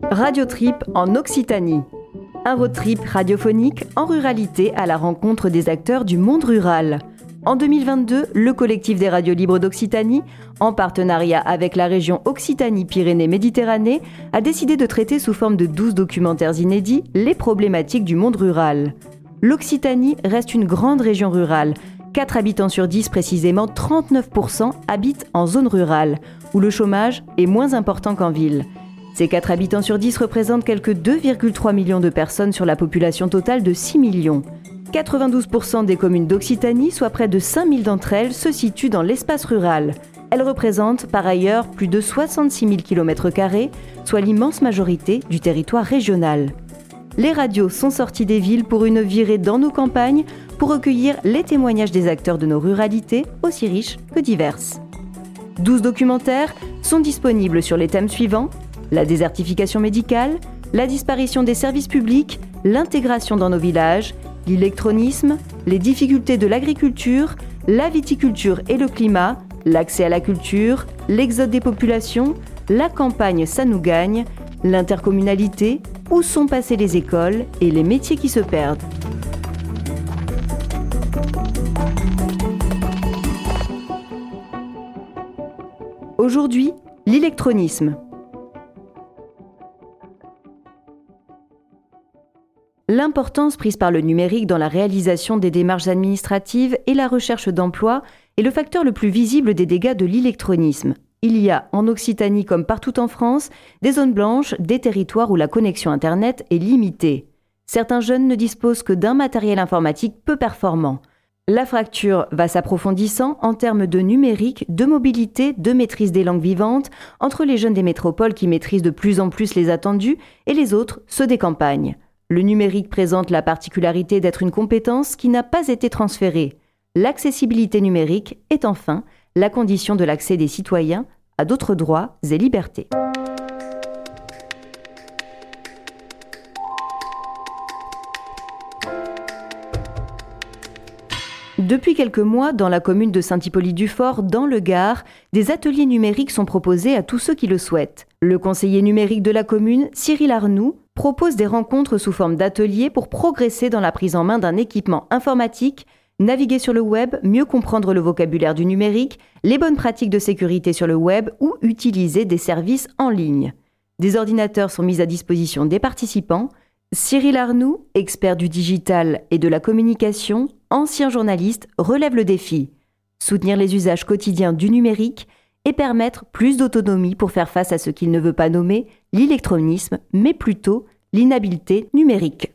Radio Trip en Occitanie. Un road trip radiophonique en ruralité à la rencontre des acteurs du monde rural. En 2022, le collectif des radios libres d'Occitanie, en partenariat avec la région Occitanie-Pyrénées-Méditerranée, a décidé de traiter sous forme de 12 documentaires inédits les problématiques du monde rural. L'Occitanie reste une grande région rurale. 4 habitants sur 10, précisément 39%, habitent en zone rurale, où le chômage est moins important qu'en ville. Ces 4 habitants sur 10 représentent quelques 2,3 millions de personnes sur la population totale de 6 millions. 92% des communes d'Occitanie, soit près de 5000 d'entre elles, se situent dans l'espace rural. Elles représentent par ailleurs plus de 66 000 km², soit l'immense majorité du territoire régional. Les radios sont sorties des villes pour une virée dans nos campagnes, pour recueillir les témoignages des acteurs de nos ruralités, aussi riches que diverses. 12 documentaires sont disponibles sur les thèmes suivants: la désertification médicale, la disparition des services publics, l'intégration dans nos villages, l'électronisme, les difficultés de l'agriculture, la viticulture et le climat, l'accès à la culture, l'exode des populations, la campagne ça nous gagne, l'intercommunalité, où sont passées les écoles et les métiers qui se perdent. Aujourd'hui, l'électronisme. L'importance prise par le numérique dans la réalisation des démarches administratives et la recherche d'emploi est le facteur le plus visible des dégâts de l'électronisme. Il y a, en Occitanie comme partout en France, des zones blanches, des territoires où la connexion Internet est limitée. Certains jeunes ne disposent que d'un matériel informatique peu performant. La fracture va s'approfondissant en termes de numérique, de mobilité, de maîtrise des langues vivantes, entre les jeunes des métropoles qui maîtrisent de plus en plus les attendus et les autres, ceux des campagnes. Le numérique présente la particularité d'être une compétence qui n'a pas été transférée. L'accessibilité numérique est enfin la condition de l'accès des citoyens à d'autres droits et libertés. Depuis quelques mois, dans la commune de Saint-Hippolyte-du-Fort, dans le Gard, des ateliers numériques sont proposés à tous ceux qui le souhaitent. Le conseiller numérique de la commune, Cyril Arnoux, propose des rencontres sous forme d'ateliers pour progresser dans la prise en main d'un équipement informatique, naviguer sur le web, mieux comprendre le vocabulaire du numérique, les bonnes pratiques de sécurité sur le web ou utiliser des services en ligne. Des ordinateurs sont mis à disposition des participants. Cyril Arnoux, expert du digital et de la communication, ancien journaliste, relève le défi: soutenir les usages quotidiens du numérique et permettre plus d'autonomie pour faire face à ce qu'il ne veut pas nommer l'électronisme, mais plutôt l'inhabileté numérique.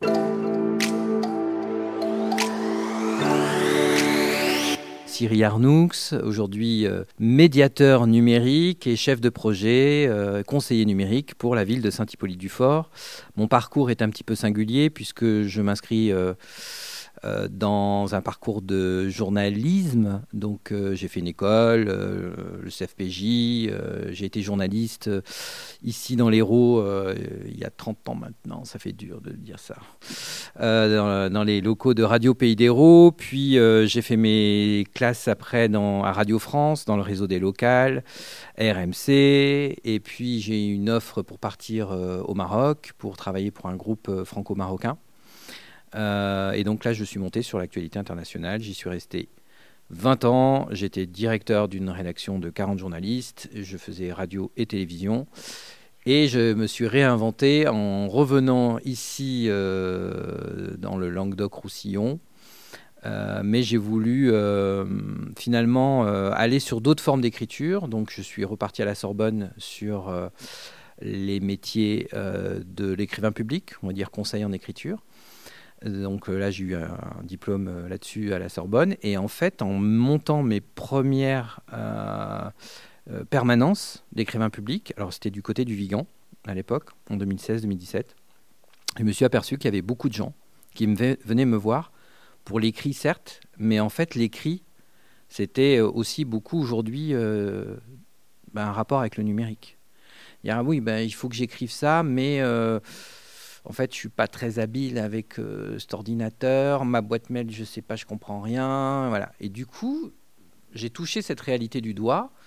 Cyril Arnoux, aujourd'hui médiateur numérique et chef de projet, conseiller numérique pour la ville de Saint-Hippolyte-du-Fort. Mon parcours est un petit peu singulier puisque je m'inscris dans un parcours de journalisme. Donc j'ai fait une école, le CFPJ, j'ai été journaliste ici dans l'Hérault il y a 30 ans maintenant, ça fait dur de dire ça, dans les locaux de Radio Pays d'Hérault. Puis j'ai fait mes classes après à Radio France, dans le réseau des locales, RMC, et puis j'ai eu une offre pour partir au Maroc, pour travailler pour un groupe franco-marocain. Et donc là, je suis monté sur l'actualité internationale. J'y suis resté 20 ans. J'étais directeur d'une rédaction de 40 journalistes. Je faisais radio et télévision. Et je me suis réinventé en revenant ici dans le Languedoc-Roussillon. Mais j'ai voulu finalement aller sur d'autres formes d'écriture. Donc je suis reparti à la Sorbonne sur les métiers de l'écrivain public, on va dire conseil en écriture. Donc là, j'ai eu un diplôme là-dessus à la Sorbonne. Et en fait, en montant mes premières permanences d'écrivain public, alors c'était du côté du Vigan à l'époque, en 2016-2017, je me suis aperçu qu'il y avait beaucoup de gens qui venaient me voir pour l'écrit, certes, mais en fait, l'écrit, c'était aussi beaucoup aujourd'hui un rapport avec le numérique. Il faut que j'écrive ça, mais... en fait, je ne suis pas très habile avec cet ordinateur. Ma boîte mail, je ne sais pas, je ne comprends rien. Voilà. Et du coup, j'ai touché cette réalité du doigt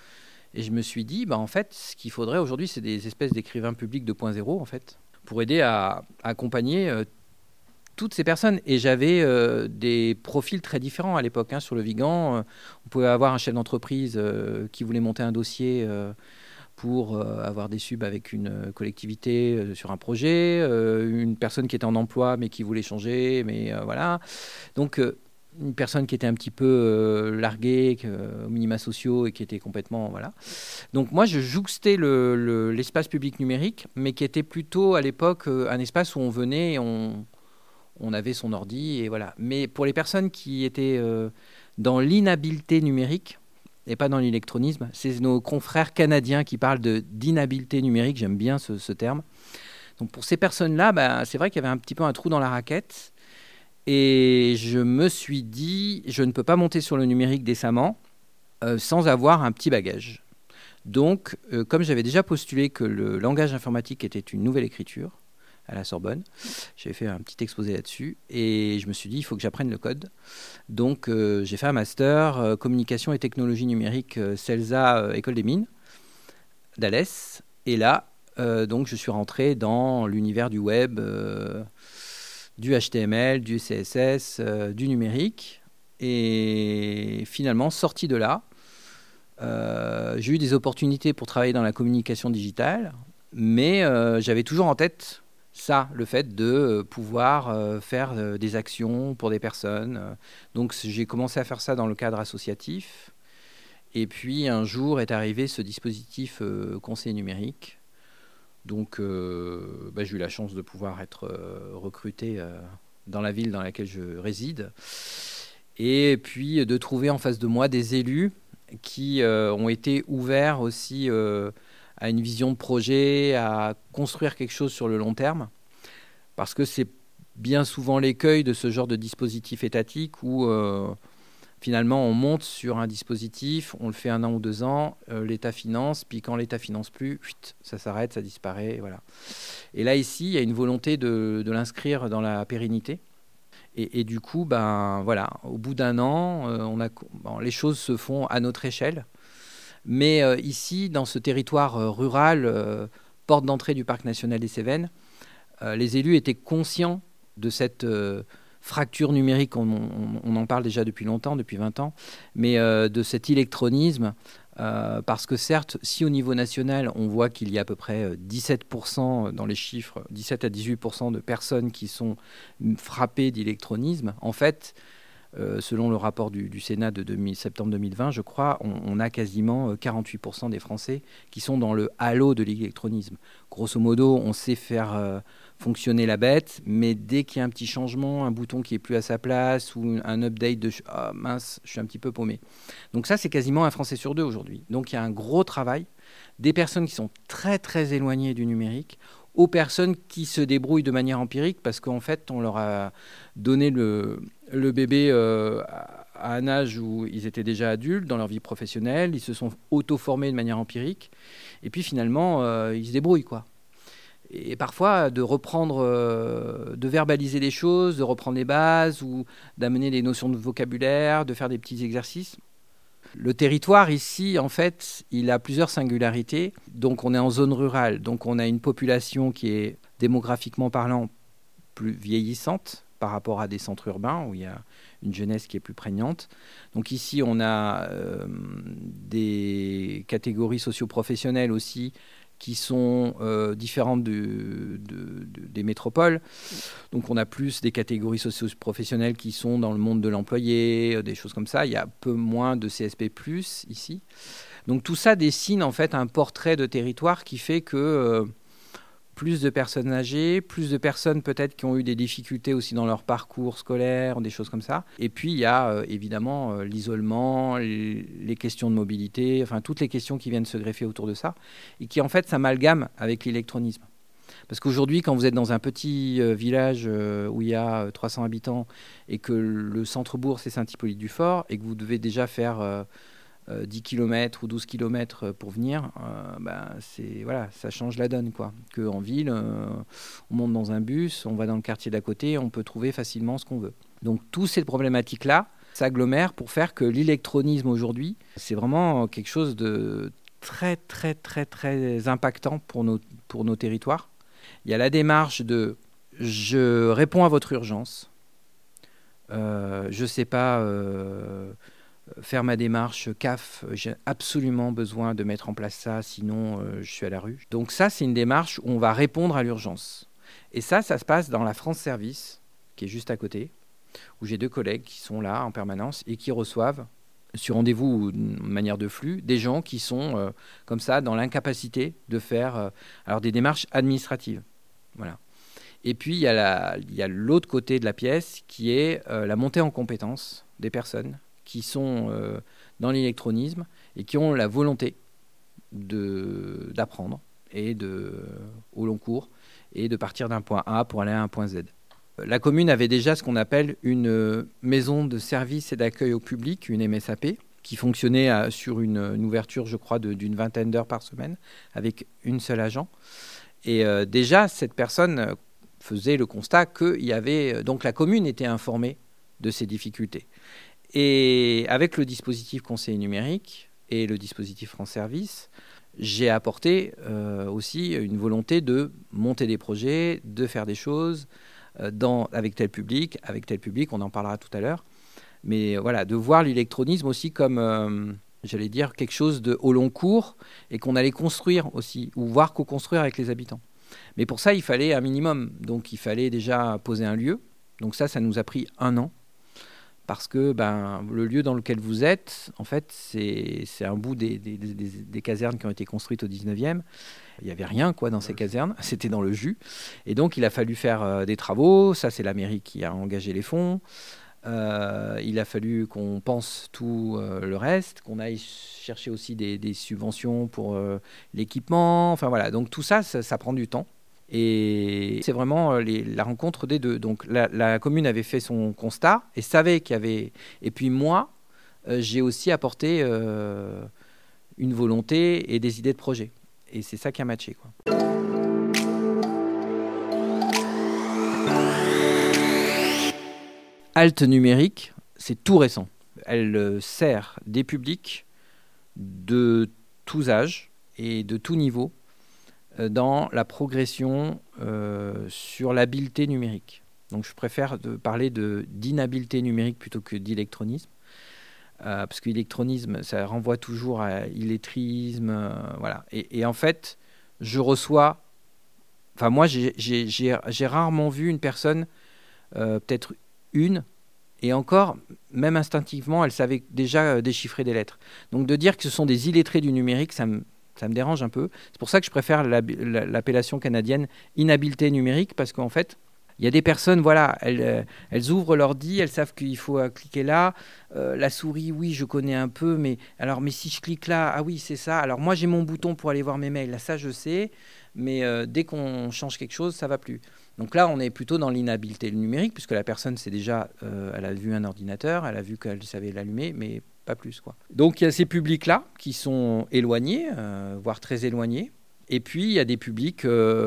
Et je me suis dit, en fait, ce qu'il faudrait aujourd'hui, c'est des espèces d'écrivains publics 2.0, en fait, pour aider à accompagner toutes ces personnes. Et j'avais des profils très différents à l'époque. Sur le Vigan, on pouvait avoir un chef d'entreprise qui voulait monter un dossier pour avoir des subs avec une collectivité sur un projet, une personne qui était en emploi mais qui voulait changer, mais voilà. Donc, une personne qui était un petit peu larguée aux minima sociaux et qui était complètement... Voilà. Donc moi, je jouxtais l'espace public numérique, mais qui était plutôt à l'époque un espace où on venait et on avait son ordi et voilà. Mais pour les personnes qui étaient dans l'inhabileté numérique et pas dans l'électronisme, c'est nos confrères canadiens qui parlent d'inhabileté numérique. J'aime bien ce terme. Donc pour ces personnes-là, c'est vrai qu'il y avait un petit peu un trou dans la raquette. Et je me suis dit, je ne peux pas monter sur le numérique décemment sans avoir un petit bagage. Donc, comme j'avais déjà postulé que le langage informatique était une nouvelle écriture à la Sorbonne, j'avais fait un petit exposé là-dessus et je me suis dit, il faut que j'apprenne le code. Donc, j'ai fait un master communication et technologie numérique CELSA, École des Mines d'Alès. Et là, donc, je suis rentré dans l'univers du web, du HTML, du CSS, du numérique. Et finalement, sorti de là, j'ai eu des opportunités pour travailler dans la communication digitale, mais j'avais toujours en tête ça, le fait de pouvoir faire des actions pour des personnes. Donc j'ai commencé à faire ça dans le cadre associatif. Et puis un jour est arrivé ce dispositif conseiller numérique. Donc, j'ai eu la chance de pouvoir être recruté dans la ville dans laquelle je réside. Et puis, de trouver en face de moi des élus qui ont été ouverts aussi à une vision de projet, à construire quelque chose sur le long terme. Parce que c'est bien souvent l'écueil de ce genre de dispositif étatique où... finalement, on monte sur un dispositif, on le fait 1 an ou 2 ans, l'État finance, puis quand l'État finance plus, ça s'arrête, ça disparaît, et voilà. Et là, ici, il y a une volonté de l'inscrire dans la pérennité. Et du coup, voilà, au bout d'1 an, les choses se font à notre échelle. Mais ici, dans ce territoire rural, porte d'entrée du Parc national des Cévennes, les élus étaient conscients de cette... fracture numérique, on en parle déjà depuis longtemps, depuis 20 ans, mais de cet électronisme, parce que certes, si au niveau national, on voit qu'il y a à peu près 17% dans les chiffres, 17 à 18% de personnes qui sont frappées d'électronisme, en fait, selon le rapport du Sénat de septembre 2020, je crois, on a quasiment 48% des Français qui sont dans le halo de l'électronisme. Grosso modo, on sait faire... fonctionner la bête, mais dès qu'il y a un petit changement, un bouton qui est plus à sa place ou un update de mince, je suis un petit peu paumé. Donc ça, c'est quasiment un Français sur 2 aujourd'hui. Donc il y a un gros travail des personnes qui sont très très éloignées du numérique aux personnes qui se débrouillent de manière empirique parce qu'en fait, on leur a donné le bébé à un âge où ils étaient déjà adultes dans leur vie professionnelle, ils se sont auto-formés de manière empirique et puis finalement, ils se débrouillent quoi. Et parfois, de reprendre, de verbaliser les choses, de reprendre les bases ou d'amener des notions de vocabulaire, de faire des petits exercices. Le territoire ici, en fait, il a plusieurs singularités. Donc, on est en zone rurale. Donc, on a une population qui est démographiquement parlant plus vieillissante par rapport à des centres urbains où il y a une jeunesse qui est plus prégnante. Donc ici, on a des catégories socio-professionnelles aussi qui sont différentes des métropoles. Donc on a plus des catégories socio-professionnelles qui sont dans le monde de l'employé, des choses comme ça. Il y a un peu moins de CSP+, ici. Donc tout ça dessine en fait un portrait de territoire qui fait que plus de personnes âgées, plus de personnes peut-être qui ont eu des difficultés aussi dans leur parcours scolaire, des choses comme ça. Et puis il y a évidemment l'isolement, les questions de mobilité, enfin toutes les questions qui viennent se greffer autour de ça et qui en fait s'amalgament avec l'électronisme. Parce qu'aujourd'hui, quand vous êtes dans un petit village où il y a 300 habitants et que le centre-bourg c'est Saint-Hippolyte-du-Fort et que vous devez déjà faire 10 km ou 12 km pour venir, voilà, ça change la donne, quoi. Qu'en ville, on monte dans un bus, on va dans le quartier d'à côté, on peut trouver facilement ce qu'on veut. Donc, toutes ces problématiques-là s'agglomèrent pour faire que l'électronisme aujourd'hui, c'est vraiment quelque chose de très, très, très, très impactant pour nos territoires. Il y a la démarche de « je réponds à votre urgence ». Je ne sais pas faire ma démarche CAF, j'ai absolument besoin de mettre en place ça, sinon je suis à la rue. Donc ça, c'est une démarche où on va répondre à l'urgence. Et ça se passe dans la France Service, qui est juste à côté, où j'ai 2 collègues qui sont là en permanence et qui reçoivent, sur rendez-vous ou de manière de flux, des gens qui sont comme ça dans l'incapacité de faire des démarches administratives. Voilà. Et puis, il y a l'autre côté de la pièce qui est la montée en compétences des personnes qui sont dans l'électronisme et qui ont la volonté d'apprendre et au long cours et de partir d'un point A pour aller à un point Z. La commune avait déjà ce qu'on appelle une maison de service et d'accueil au public, une MSAP, qui fonctionnait sur une ouverture, je crois, d'une 20aine d'heures par semaine, avec une seule agent. Et déjà, cette personne faisait le constat qu'il y avait... Donc la commune était informée de ces difficultés. Et avec le dispositif conseiller numérique et le dispositif France Service, j'ai apporté aussi une volonté de monter des projets, de faire des choses avec tel public, on en parlera tout à l'heure. Mais voilà, de voir l'électronisme aussi comme, j'allais dire, quelque chose au long cours et qu'on allait construire aussi, ou voir co-construire avec les habitants. Mais pour ça, il fallait un minimum. Donc, il fallait déjà poser un lieu. Donc ça nous a pris 1 an. Parce que le lieu dans lequel vous êtes, en fait, c'est un bout des casernes qui ont été construites au 19e. Il n'y avait rien dans ces casernes, c'était dans le jus. Et donc, il a fallu faire des travaux. Ça, c'est la mairie qui a engagé les fonds. Il a fallu qu'on pense tout le reste, qu'on aille chercher aussi des subventions pour l'équipement. Enfin, voilà. Donc, tout ça prend du temps. Et c'est vraiment la rencontre des deux. Donc la commune avait fait son constat et savait qu'il y avait... Et puis moi, j'ai aussi apporté une volonté et des idées de projet. Et c'est ça qui a matché, quoi. Halte numérique, c'est tout récent. Elle sert des publics de tous âges et de tous niveaux dans la progression sur l'habileté numérique. Donc je préfère parler d'inhabileté numérique plutôt que d'électronisme, parce que l'électronisme, ça renvoie toujours à illettrisme, voilà. Et en fait, je reçois... Enfin, moi, j'ai rarement vu une personne, peut-être une, et encore, même instinctivement, elle savait déjà déchiffrer des lettres. Donc de dire que ce sont des illettrés du numérique, ça me dérange un peu. C'est pour ça que je préfère l'appellation canadienne inhabileté numérique, parce qu'en fait, il y a des personnes, voilà, elles ouvrent l'ordi, elles savent qu'il faut cliquer là. La souris, oui, je connais un peu, mais si je clique là, ah oui, c'est ça. Alors moi, j'ai mon bouton pour aller voir mes mails, là, ça, je sais. Mais dès qu'on change quelque chose, ça ne va plus. Donc là, on est plutôt dans l'inhabileté numérique, puisque la personne, c'est déjà, elle a vu un ordinateur, elle a vu qu'elle savait l'allumer, mais pas plus, quoi. Donc il y a ces publics-là qui sont éloignés, voire très éloignés. Et puis il y a des publics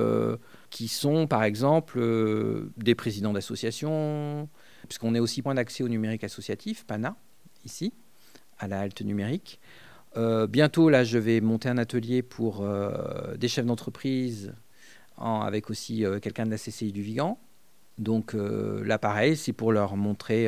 qui sont, par exemple, des présidents d'associations, puisqu'on est aussi point d'accès au numérique associatif, PANA, ici, à la halte numérique. Bientôt, là, je vais monter un atelier pour des chefs d'entreprise, avec aussi quelqu'un de la CCI du Vigan. Donc là, pareil, c'est pour leur montrer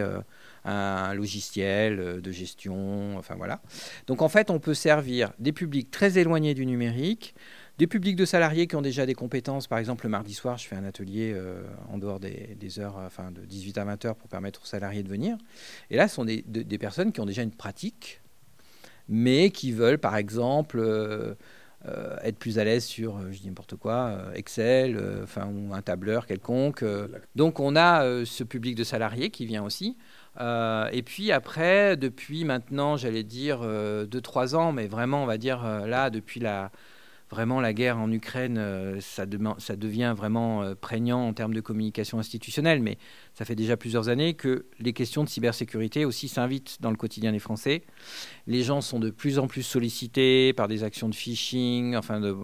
un logiciel de gestion, enfin voilà. Donc en fait, on peut servir des publics très éloignés du numérique, des publics de salariés qui ont déjà des compétences. Par exemple, le mardi soir, je fais un atelier en dehors des heures, enfin de 18 à 20 heures pour permettre aux salariés de venir. Et là, ce sont des personnes qui ont déjà une pratique, mais qui veulent, par exemple, être plus à l'aise sur, je dis n'importe quoi, Excel, ou un tableur quelconque. Donc, on a ce public de salariés qui vient aussi. Et puis après, depuis maintenant, j'allais dire 2-3 ans, mais vraiment, on va dire là, depuis la guerre en Ukraine, ça devient vraiment prégnant en termes de communication institutionnelle, mais ça fait déjà plusieurs années que les questions de cybersécurité aussi s'invitent dans le quotidien des Français. Les gens sont de plus en plus sollicités par des actions de phishing,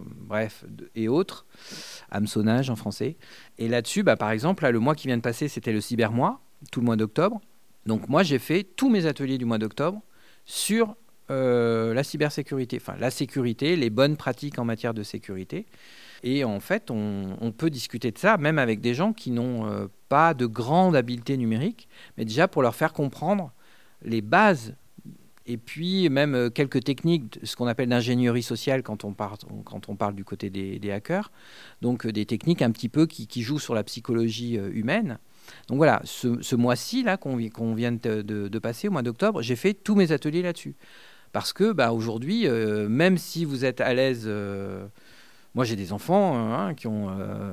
et autres, hameçonnage en français. Et là-dessus, par exemple, là, le mois qui vient de passer, c'était le cybermois, tout le mois d'octobre. Donc moi, j'ai fait tous mes ateliers du mois d'octobre sur la cybersécurité, enfin la sécurité, les bonnes pratiques en matière de sécurité. Et en fait, on peut discuter de ça, même avec des gens qui n'ont pas de grande habileté numérique, mais déjà pour leur faire comprendre les bases, et puis même quelques techniques, ce qu'on appelle d'ingénierie sociale quand on parle du côté des hackers, donc des techniques un petit peu qui jouent sur la psychologie humaine. Donc voilà, ce mois-ci là qu'on vient de passer, au mois d'octobre, j'ai fait tous mes ateliers là-dessus. Parce que aujourd'hui, même si vous êtes à l'aise... moi, j'ai des enfants qui ont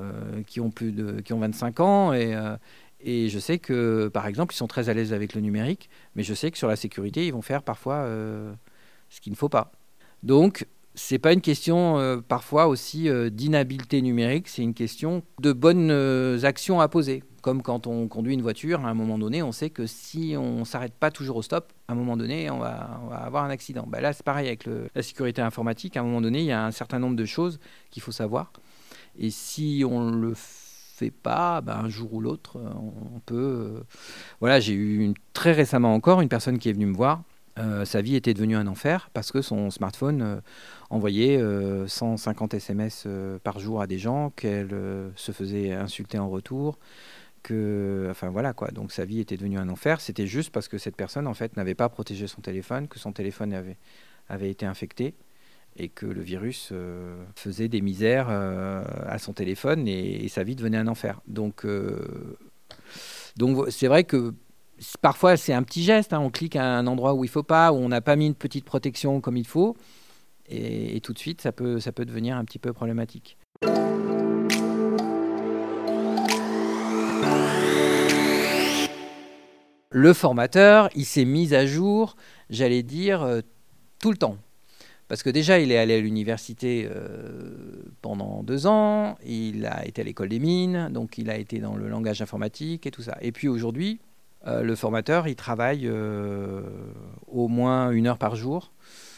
25 ans et je sais que, par exemple, ils sont très à l'aise avec le numérique, mais je sais que sur la sécurité, ils vont faire parfois ce qu'il ne faut pas. Donc, c'est pas une question parfois aussi d'inhabileté numérique, c'est une question de bonnes actions à poser. Comme quand on conduit une voiture, à un moment donné, on sait que si on ne s'arrête pas toujours au stop, à un moment donné, on va avoir un accident. Là, c'est pareil avec la sécurité informatique. À un moment donné, il y a un certain nombre de choses qu'il faut savoir. Et si on ne le fait pas, un jour ou l'autre, on peut... Voilà, j'ai eu très récemment encore une personne qui est venue me voir. Sa vie était devenue un enfer parce que son smartphone envoyait 150 SMS par jour à des gens, qu'elle se faisait insulter en retour. Enfin voilà quoi, donc sa vie était devenue un enfer. C'était juste parce que cette personne en fait n'avait pas protégé son téléphone, que son téléphone avait été infecté et que le virus faisait des misères à son téléphone et sa vie devenait un enfer. Donc c'est vrai que parfois c'est un petit geste, on clique à un endroit où il faut pas, où on n'a pas mis une petite protection comme il faut, et tout de suite ça peut devenir un petit peu problématique. Le formateur, il s'est mis à jour, j'allais dire, tout le temps. Parce que déjà, il est allé à l'université pendant 2 ans, il a été à l'école des mines, donc il a été dans le langage informatique et tout ça. Et puis aujourd'hui, le formateur, il travaille au moins 1 heure par jour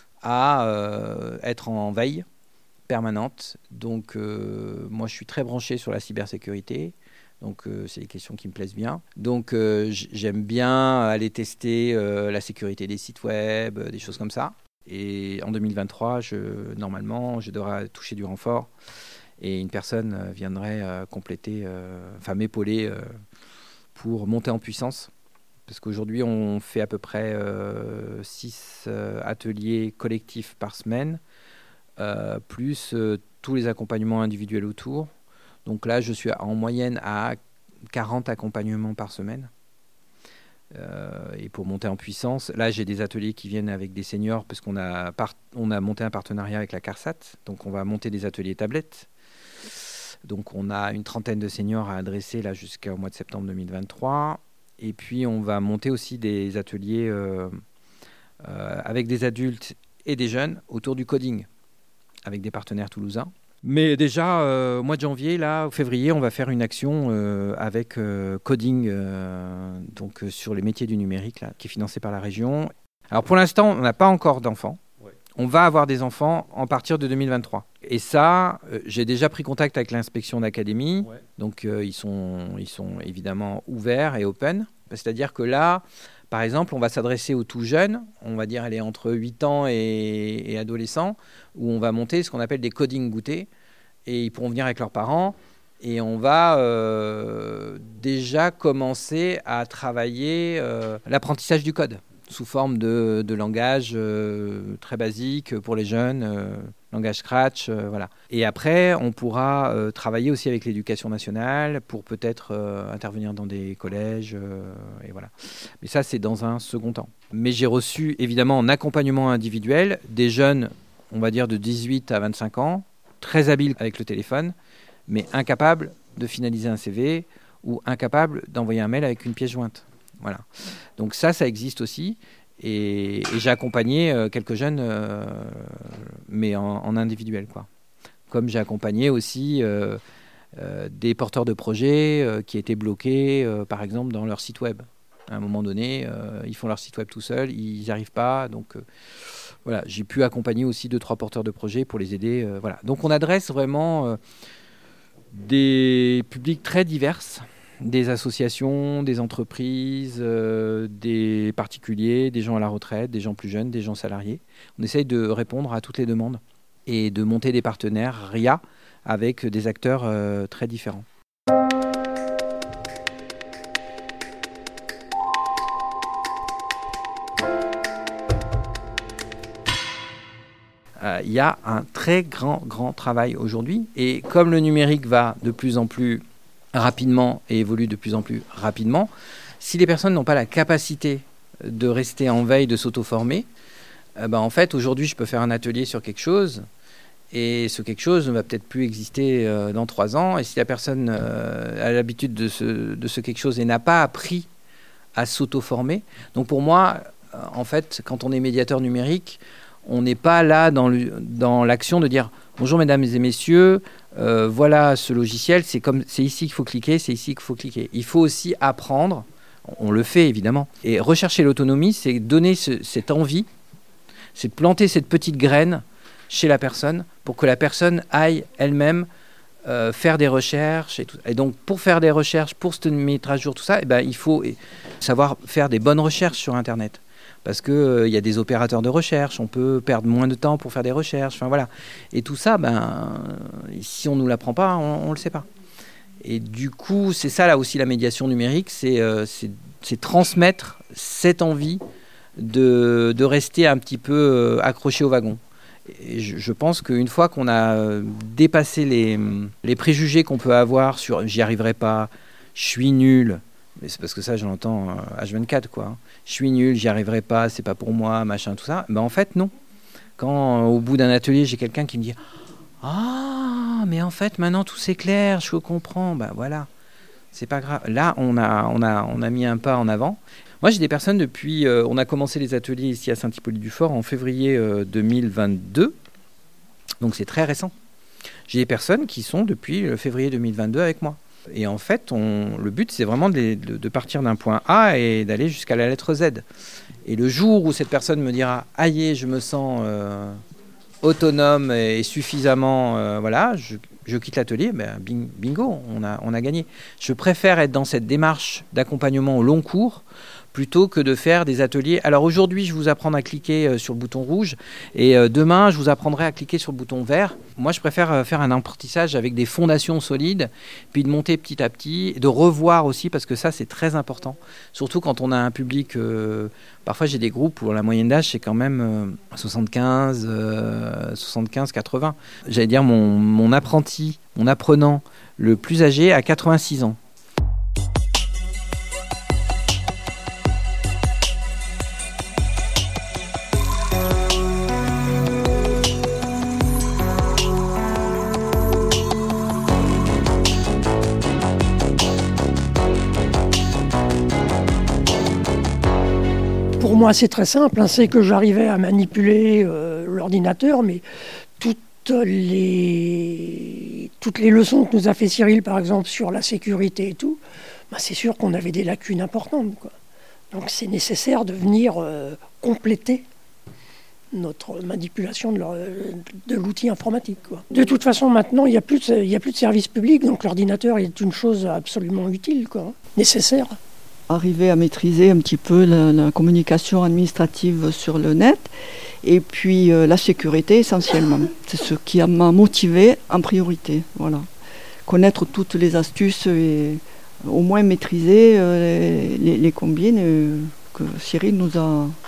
à être en veille permanente. Donc moi, je suis très branché sur la cybersécurité. Donc, c'est des questions qui me plaisent bien. Donc, j'aime bien aller tester la sécurité des sites web, des choses comme ça. Et en 2023, normalement, je devrais toucher du renfort. Et une personne viendrait m'épauler pour monter en puissance. Parce qu'aujourd'hui, on fait à peu près 6 ateliers collectifs par semaine, plus tous les accompagnements individuels autour. Donc là, je suis en moyenne à 40 accompagnements par semaine. Et pour monter en puissance, là, j'ai des ateliers qui viennent avec des seniors parce qu'on a monté un partenariat avec la CARSAT. Donc, on va monter des ateliers tablettes. Donc, on a une trentaine de seniors à adresser là jusqu'au mois de septembre 2023. Et puis, on va monter aussi des ateliers avec des adultes et des jeunes autour du coding avec des partenaires toulousains. Mais déjà, au mois de janvier, là, au février, on va faire une action avec Coding, donc sur les métiers du numérique, là, qui est financé par la région. Alors pour l'instant, on n'a pas encore d'enfants. Ouais. On va avoir des enfants à partir de 2023. Et ça, j'ai déjà pris contact avec l'inspection d'académie. Ouais. Donc ils sont évidemment ouverts et open. C'est-à-dire que là, par exemple, on va s'adresser aux tout jeunes, on va dire elle est entre 8 ans et adolescents, où on va monter ce qu'on appelle des coding goûters, et ils pourront venir avec leurs parents, et on va déjà commencer à travailler l'apprentissage du code, sous forme de langage très basique pour les jeunes, langage Scratch, voilà. Et après, on pourra travailler aussi avec l'éducation nationale pour peut-être intervenir dans des collèges, et voilà. Mais ça, c'est dans un second temps. Mais j'ai reçu, évidemment, en accompagnement individuel, des jeunes, on va dire de 18 à 25 ans, très habiles avec le téléphone, mais incapables de finaliser un CV ou incapables d'envoyer un mail avec une pièce jointe. Voilà. Donc ça existe aussi. Et j'ai accompagné quelques jeunes, mais en individuel, quoi. Comme j'ai accompagné aussi des porteurs de projets qui étaient bloqués, par exemple, dans leur site web. À un moment donné, ils font leur site web tout seuls, ils n'y arrivent pas. Donc voilà, j'ai pu accompagner aussi 2-3 porteurs de projets pour les aider. Voilà. Donc on adresse vraiment des publics très divers. Des associations, des entreprises, des particuliers, des gens à la retraite, des gens plus jeunes, des gens salariés. On essaye de répondre à toutes les demandes et de monter des partenaires RIA avec des acteurs très différents. Il y a un très grand travail aujourd'hui. Et comme le numérique va de plus en plus rapidement et évolue de plus en plus rapidement, si les personnes n'ont pas la capacité de rester en veille, de s'auto-former, en fait, aujourd'hui, je peux faire un atelier sur quelque chose et ce quelque chose ne va peut-être plus exister dans 3 ans. Et si la personne a l'habitude de ce quelque chose et n'a pas appris à s'auto-former, donc pour moi, en fait, quand on est médiateur numérique, on n'est pas là dans l'action de dire « Bonjour mesdames et messieurs, voilà ce logiciel, c'est ici qu'il faut cliquer, c'est ici qu'il faut cliquer ». Il faut aussi apprendre, on le fait évidemment. Et rechercher l'autonomie, c'est donner cette envie, c'est planter cette petite graine chez la personne pour que la personne aille elle-même faire des recherches. Et donc pour faire des recherches, pour se mettre à jour, tout ça, il faut savoir faire des bonnes recherches sur Internet. Parce qu'il y a des opérateurs de recherche, on peut perdre moins de temps pour faire des recherches, enfin voilà. Et tout ça, si on ne nous l'apprend pas, on ne le sait pas. Et du coup, c'est ça là aussi la médiation numérique, c'est transmettre cette envie de rester un petit peu accroché au wagon. Et je pense qu'une fois qu'on a dépassé les préjugés qu'on peut avoir sur « j'y arriverai pas »,« je suis nul », mais c'est parce que ça, je l'entends H24, quoi. Je suis nul, j'y arriverai pas, c'est pas pour moi, machin, tout ça. En fait, non. Quand, au bout d'un atelier, j'ai quelqu'un qui me dit « Ah, mais en fait, maintenant, tout c'est clair, je comprends. » Voilà, c'est pas grave. Là, on a mis un pas en avant. Moi, j'ai des personnes depuis... on a commencé les ateliers ici à Saint-Hippolyte-du-Fort en février 2022. Donc, c'est très récent. J'ai des personnes qui sont depuis février 2022 avec moi. Et en fait, le but, c'est vraiment de partir d'un point A et d'aller jusqu'à la lettre Z. Et le jour où cette personne me dira « Aïe, je me sens autonome et suffisamment... voilà, je quitte l'atelier », bingo, on a gagné. Je préfère être dans cette démarche d'accompagnement au long cours plutôt que de faire des ateliers. Alors aujourd'hui, je vous apprends à cliquer sur le bouton rouge et demain, je vous apprendrai à cliquer sur le bouton vert. Moi, je préfère faire un apprentissage avec des fondations solides, puis de monter petit à petit, de revoir aussi, parce que ça, c'est très important. Surtout quand on a un public... parfois, j'ai des groupes où la moyenne d'âge, c'est quand même 75, 80. J'allais dire, mon apprenti, mon apprenant le plus âgé a 86 ans. Pour moi, c'est très simple. C'est que j'arrivais à manipuler l'ordinateur, mais toutes les leçons que nous a fait Cyril, par exemple, sur la sécurité et tout, c'est sûr qu'on avait des lacunes importantes, quoi. Donc c'est nécessaire de venir compléter notre manipulation de l'outil informatique, quoi. De toute façon, maintenant, il n'y a plus de service public, donc l'ordinateur est une chose absolument utile, quoi, nécessaire. Arriver à maîtriser un petit peu la communication administrative sur le net et puis la sécurité essentiellement. C'est ce qui m'a motivé en priorité. Voilà. Connaître toutes les astuces et au moins maîtriser les combines que Cyril nous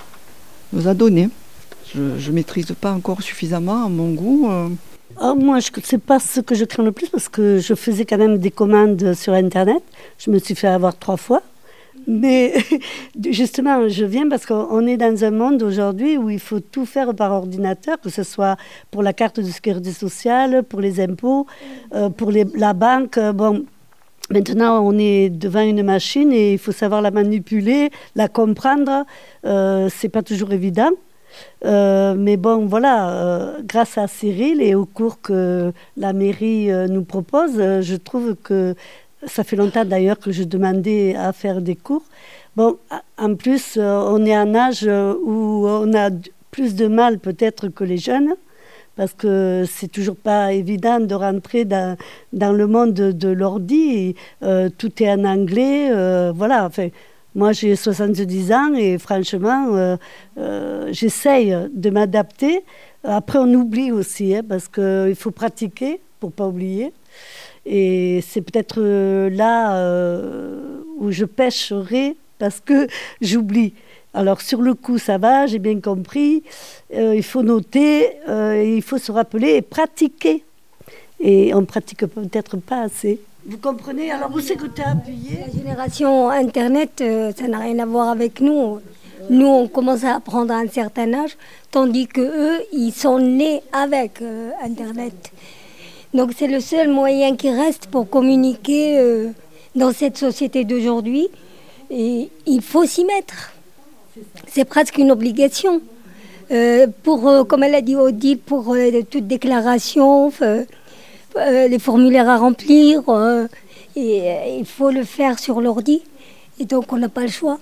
a données. Je ne maîtrise pas encore suffisamment à mon goût. Moi, c'est pas ce que je crains le plus parce que je faisais quand même des commandes sur Internet. Je me suis fait avoir 3 fois. Mais justement, je viens parce qu'on est dans un monde aujourd'hui où il faut tout faire par ordinateur, que ce soit pour la carte de sécurité sociale, pour les impôts, pour la banque. Bon, maintenant, on est devant une machine et il faut savoir la manipuler, la comprendre. C'est pas toujours évident. Mais bon, voilà, grâce à Cyril et aux cours que la mairie nous propose, je trouve que ça fait longtemps d'ailleurs que je demandais à faire des cours. Bon, en plus, on est à un âge où on a plus de mal peut-être que les jeunes, parce que c'est toujours pas évident de rentrer dans le monde de l'ordi. Tout est en anglais, voilà. Enfin, Moi, j'ai 70 ans et franchement, j'essaye de m'adapter. Après, on oublie aussi, parce qu'il faut pratiquer pour ne pas oublier. Et c'est peut-être là où je pêcherai parce que j'oublie. Alors, sur le coup, ça va, j'ai bien compris. Il faut noter, il faut se rappeler et pratiquer. Et on ne pratique peut-être pas assez. Vous comprenez? Alors, où c'est que tu as appuyé? La génération Internet, ça n'a rien à voir avec nous. Nous, on commence à apprendre à un certain âge, tandis qu'eux, ils sont nés avec Internet. Donc, c'est le seul moyen qui reste pour communiquer dans cette société d'aujourd'hui. Et il faut s'y mettre. C'est presque une obligation. Comme elle a dit Odile, pour toute déclaration, les formulaires à remplir, et il faut le faire sur l'ordi. Et donc, on n'a pas le choix.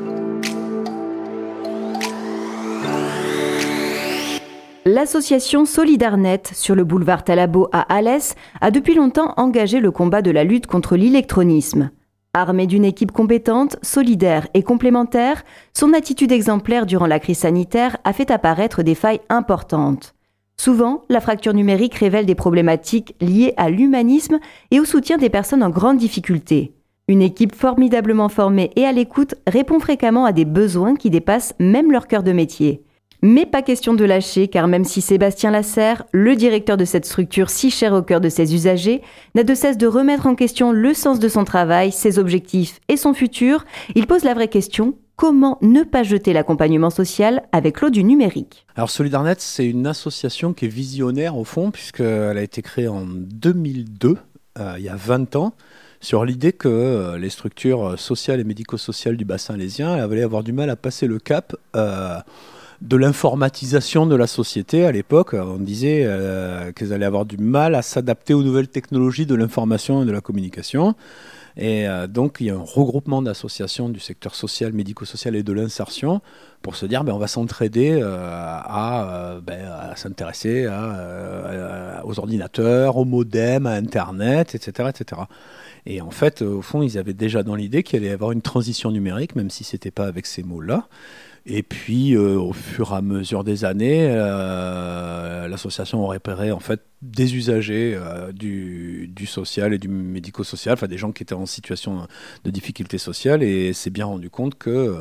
L'association Solidarnet sur le boulevard Talabot à Alès a depuis longtemps engagé le combat de la lutte contre l'électronisme. Armée d'une équipe compétente, solidaire et complémentaire, son attitude exemplaire durant la crise sanitaire a fait apparaître des failles importantes. Souvent, la fracture numérique révèle des problématiques liées à l'humanisme et au soutien des personnes en grande difficulté. Une équipe formidablement formée et à l'écoute répond fréquemment à des besoins qui dépassent même leur cœur de métier. Mais pas question de lâcher, car même si Sébastien Lasserre, le directeur de cette structure si chère au cœur de ses usagers, n'a de cesse de remettre en question le sens de son travail, ses objectifs et son futur, il pose la vraie question: comment ne pas jeter l'accompagnement social avec l'eau du numérique? Alors Solidarnet, c'est une association qui est visionnaire au fond, puisqu'elle a été créée en 2002, il y a 20 ans, sur l'idée que les structures sociales et médico-sociales du bassin alésien allaient avoir du mal à passer le cap de l'informatisation de la société. À l'époque, on disait qu'elles allaient avoir du mal à s'adapter aux nouvelles technologies de l'information et de la communication. Et donc, il y a un regroupement d'associations du secteur social, médico-social et de l'insertion pour se dire on va s'entraider à s'intéresser aux ordinateurs, aux modems, à Internet, etc., etc. Et en fait, au fond, ils avaient déjà dans l'idée qu'il allait y avoir une transition numérique, même si ce n'était pas avec ces mots-là. Et puis, au fur et à mesure des années, l'association aurait repéré en fait des usagers du social et du médico-social, enfin des gens qui étaient en situation de difficulté sociale, et s'est bien rendu compte que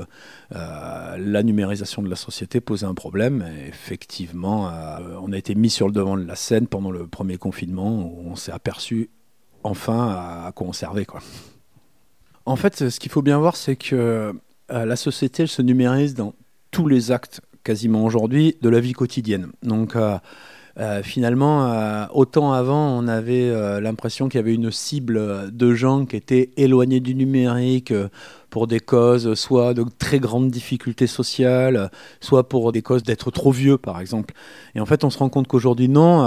la numérisation de la société posait un problème. Et effectivement, on a été mis sur le devant de la scène pendant le premier confinement, où on s'est aperçu enfin à quoi on servait, quoi. En fait, ce qu'il faut bien voir, c'est que la société, elle se numérise dans tous les actes, quasiment aujourd'hui, de la vie quotidienne. Donc, finalement, autant avant, on avait l'impression qu'il y avait une cible de gens qui étaient éloignés du numérique pour des causes soit de très grandes difficultés sociales, soit pour des causes d'être trop vieux, par exemple. Et en fait, on se rend compte qu'aujourd'hui, non,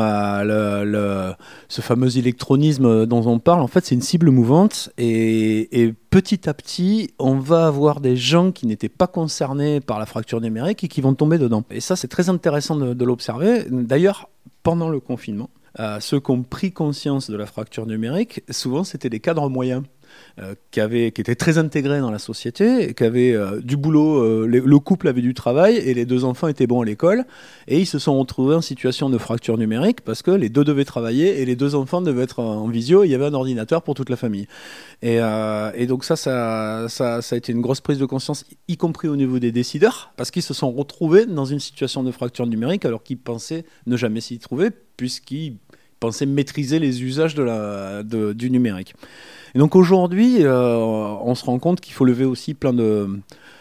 ce fameux électronisme dont on parle, en fait, c'est une cible mouvante. Et petit à petit, on va avoir des gens qui n'étaient pas concernés par la fracture numérique et qui vont tomber dedans. Et ça, c'est très intéressant de l'observer. D'ailleurs, pendant le confinement, ceux qui ont pris conscience de la fracture numérique, souvent, c'était des cadres moyens. Qui étaient très intégrés dans la société, qui avaient du boulot, le couple avait du travail et les deux enfants étaient bons à l'école, et ils se sont retrouvés en situation de fracture numérique parce que les deux devaient travailler et les deux enfants devaient être en visio, et il y avait un ordinateur pour toute la famille. Et donc ça a été une grosse prise de conscience, y compris au niveau des décideurs, parce qu'ils se sont retrouvés dans une situation de fracture numérique alors qu'ils pensaient ne jamais s'y trouver, puisqu'ils pensaient maîtriser les usages du numérique. Et donc aujourd'hui, on se rend compte qu'il faut lever aussi plein de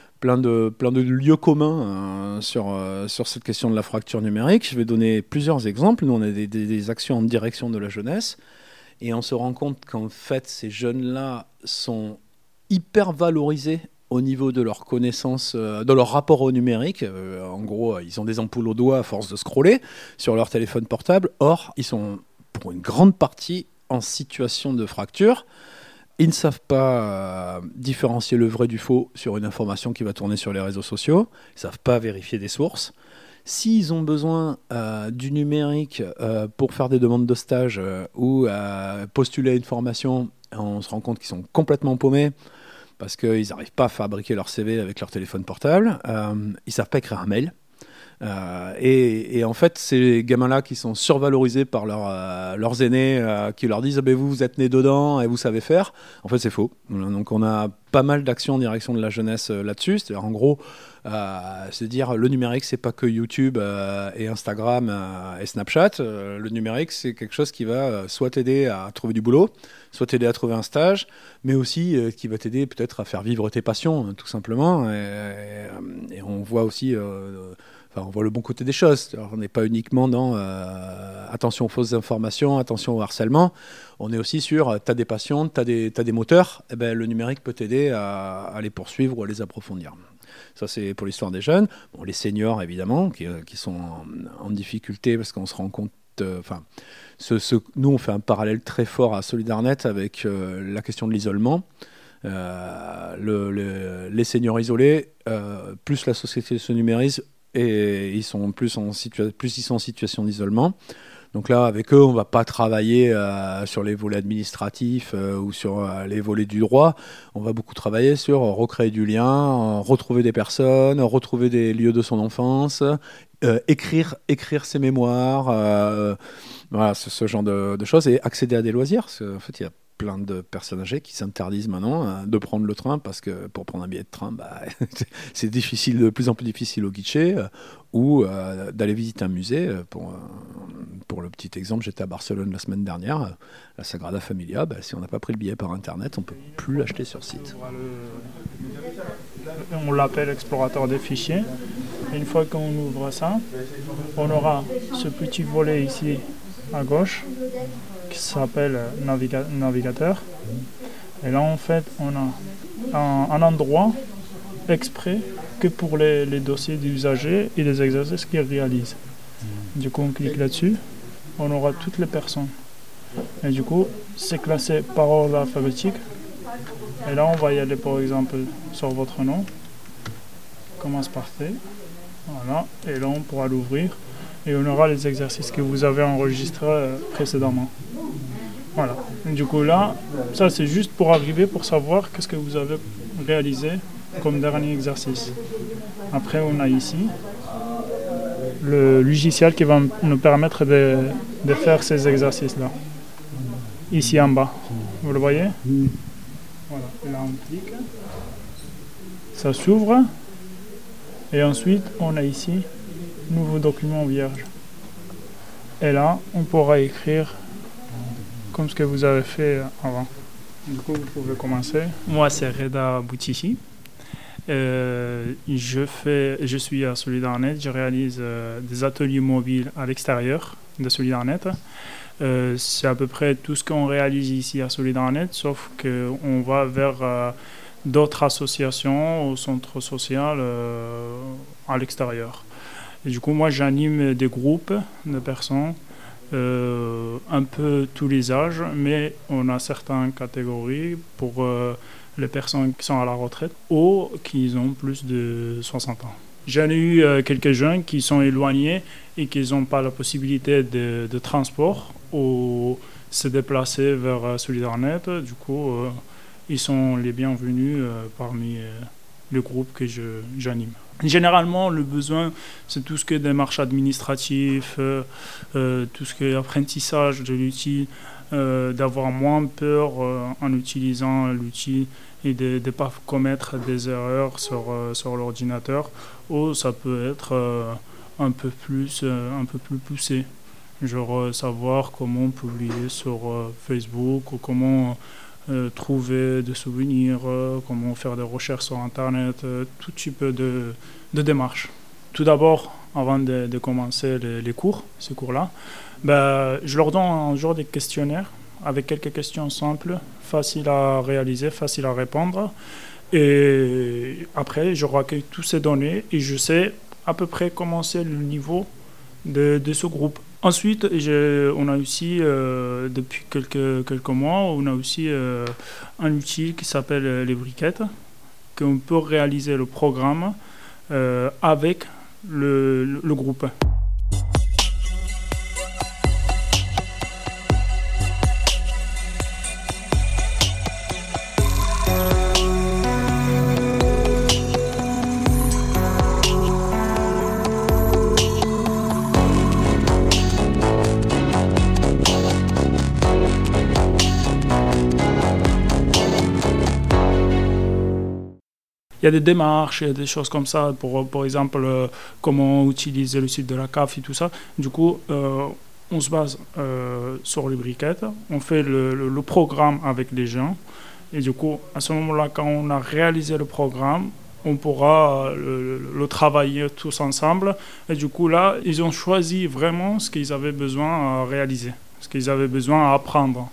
lieux communs sur cette question de la fracture numérique. Je vais donner plusieurs exemples. Nous, on a des actions en direction de la jeunesse, et on se rend compte qu'en fait, ces jeunes-là sont hyper valorisés au niveau de leur connaissance, de leur rapport au numérique. En gros, ils ont des ampoules au doigt à force de scroller sur leur téléphone portable. Or, ils sont pour une grande partie en situation de fracture. Ils ne savent pas différencier le vrai du faux sur une information qui va tourner sur les réseaux sociaux. Ils ne savent pas vérifier des sources. S'ils ont besoin du numérique pour faire des demandes de stage ou postuler à une formation, on se rend compte qu'ils sont complètement paumés parce qu'ils n'arrivent pas à fabriquer leur CV avec leur téléphone portable, ils ne savent pas écrire un mail. Et en fait, ces gamins-là qui sont survalorisés par leurs aînés, qui leur disent vous êtes nés dedans et vous savez faire, en fait c'est faux. Donc on a pas mal d'actions en direction de la jeunesse là-dessus. C'est-à-dire en gros, c'est dire le numérique c'est pas que YouTube et Instagram et Snapchat. Le numérique c'est quelque chose qui va soit t'aider à trouver du boulot, soit t'aider à trouver un stage, mais aussi qui va t'aider peut-être à faire vivre tes passions, tout simplement. Et on voit aussi... on voit le bon côté des choses. Alors, on n'est pas uniquement dans attention aux fausses informations, attention au harcèlement. On est aussi sur t'as des passions, t'as des moteurs. Eh ben, le numérique peut t'aider à les poursuivre ou à les approfondir. Ça, c'est pour l'histoire des jeunes. Bon, les seniors, évidemment, qui sont en difficulté parce qu'on se rend compte... nous, on fait un parallèle très fort à Solidarnet avec la question de l'isolement. Les seniors isolés, plus la société se numérise, et ils sont plus en situation d'isolement. Donc là, avec eux, on ne va pas travailler sur les volets administratifs ou sur les volets du droit. On va beaucoup travailler sur recréer du lien, retrouver des personnes, retrouver des lieux de son enfance, écrire ses mémoires, voilà, ce genre de choses, et accéder à des loisirs. Parce qu'en fait, il y a plein de personnes âgées qui s'interdisent maintenant de prendre le train parce que pour prendre un billet de train, c'est difficile, de plus en plus difficile au guichet, ou d'aller visiter un musée. Pour le petit exemple, j'étais à Barcelone la semaine dernière, la Sagrada Familia. Si on n'a pas pris le billet par internet, on ne peut plus l'acheter sur site. On l'appelle explorateur des fichiers. Et une fois qu'on ouvre ça, on aura ce petit volet ici à gauche qui s'appelle navigateur. Et là, en fait, on a un endroit exprès que pour les dossiers d'usagers et les exercices qu'ils réalisent. Du coup, on clique là-dessus, on aura toutes les personnes. Et du coup, c'est classé par ordre alphabétique. Et là, on va y aller, par exemple, sur votre nom. Commence par T. Voilà. Et là, on pourra l'ouvrir. Et on aura les exercices que vous avez enregistrés précédemment. Voilà. Du coup là, ça c'est juste pour arriver, pour savoir qu'est-ce que vous avez réalisé comme dernier exercice. Après on a ici le logiciel qui va nous permettre de faire ces exercices-là. Ici en bas. Vous le voyez ? Voilà. Et là on clique. Ça s'ouvre. Et ensuite on a ici nouveau document vierge. Et là, on pourra écrire comme ce que vous avez fait avant. Du coup, vous pouvez commencer. Moi, c'est Reda Boutichi. Je suis à Solidarnet. Je réalise des ateliers mobiles à l'extérieur de Solidarnet. C'est à peu près tout ce qu'on réalise ici à Solidarnet, sauf qu'on va vers d'autres associations au centre social à l'extérieur. Et du coup, moi, j'anime des groupes de personnes, un peu tous les âges, mais on a certaines catégories pour les personnes qui sont à la retraite ou qui ont plus de 60 ans. J'en ai eu quelques jeunes qui sont éloignés et qui n'ont pas la possibilité de transport ou se déplacer vers Solidarnet. Du coup, ils sont les bienvenus parmi les groupes que j'anime. Généralement, le besoin, c'est tout ce qui est démarche administrative, tout ce qui est apprentissage de l'outil, d'avoir moins peur en utilisant l'outil et de ne pas commettre des erreurs sur l'ordinateur. Ou ça peut être un peu plus poussé, genre savoir comment publier sur Facebook ou comment trouver des souvenirs, comment faire des recherches sur Internet, tout type de démarches. Tout d'abord, avant de commencer les cours, ces cours-là, je leur donne un genre de questionnaire avec quelques questions simples, faciles à réaliser, faciles à répondre. Et après, je recueille toutes ces données et je sais à peu près comment c'est le niveau de ce groupe. Ensuite, on a aussi, depuis quelques mois, on a aussi un outil qui s'appelle les briquettes, qu'on peut réaliser le programme avec le groupe. y a des démarches, il y a des choses comme ça, par exemple, comment utiliser le site de la CAF et tout ça. Du coup, on se base sur les briquettes, on fait le programme avec les gens. Et du coup, à ce moment-là, quand on a réalisé le programme, on pourra le travailler tous ensemble. Et du coup, là, ils ont choisi vraiment ce qu'ils avaient besoin à réaliser, ce qu'ils avaient besoin à apprendre.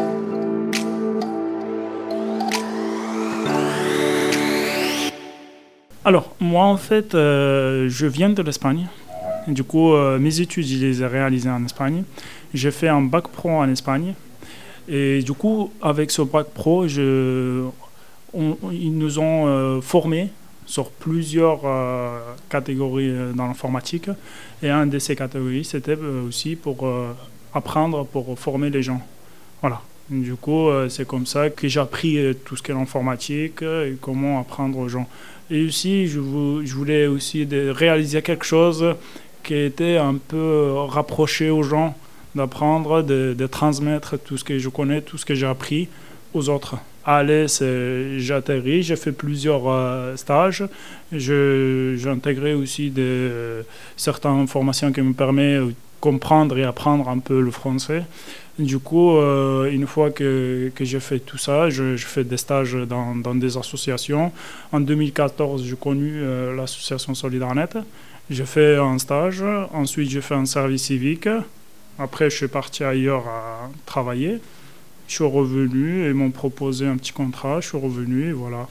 Alors, moi, en fait, je viens de l'Espagne. Et du coup, mes études, je les ai réalisées en Espagne. J'ai fait un bac pro en Espagne. Et du coup, avec ce bac pro, ils nous ont formés sur plusieurs catégories dans l'informatique. Et une de ces catégories, c'était aussi pour apprendre, pour former les gens. Voilà. Du coup, c'est comme ça que j'ai appris tout ce qu'est l'informatique et comment apprendre aux gens. Et aussi, je voulais aussi réaliser quelque chose qui était un peu rapproché aux gens, d'apprendre, de transmettre tout ce que je connais, tout ce que j'ai appris aux autres. À l'ES, j'ai atterri, j'ai fait plusieurs stages. J'ai intégré aussi certaines formations qui me permettent de comprendre et apprendre un peu le français. Du coup, une fois que j'ai fait tout ça, je fais des stages dans des associations. En 2014, j'ai connu l'association Solidarnet. J'ai fait un stage, ensuite j'ai fait un service civique. Après, je suis parti ailleurs à travailler. Je suis revenu et ils m'ont proposé un petit contrat. Je suis revenu et voilà.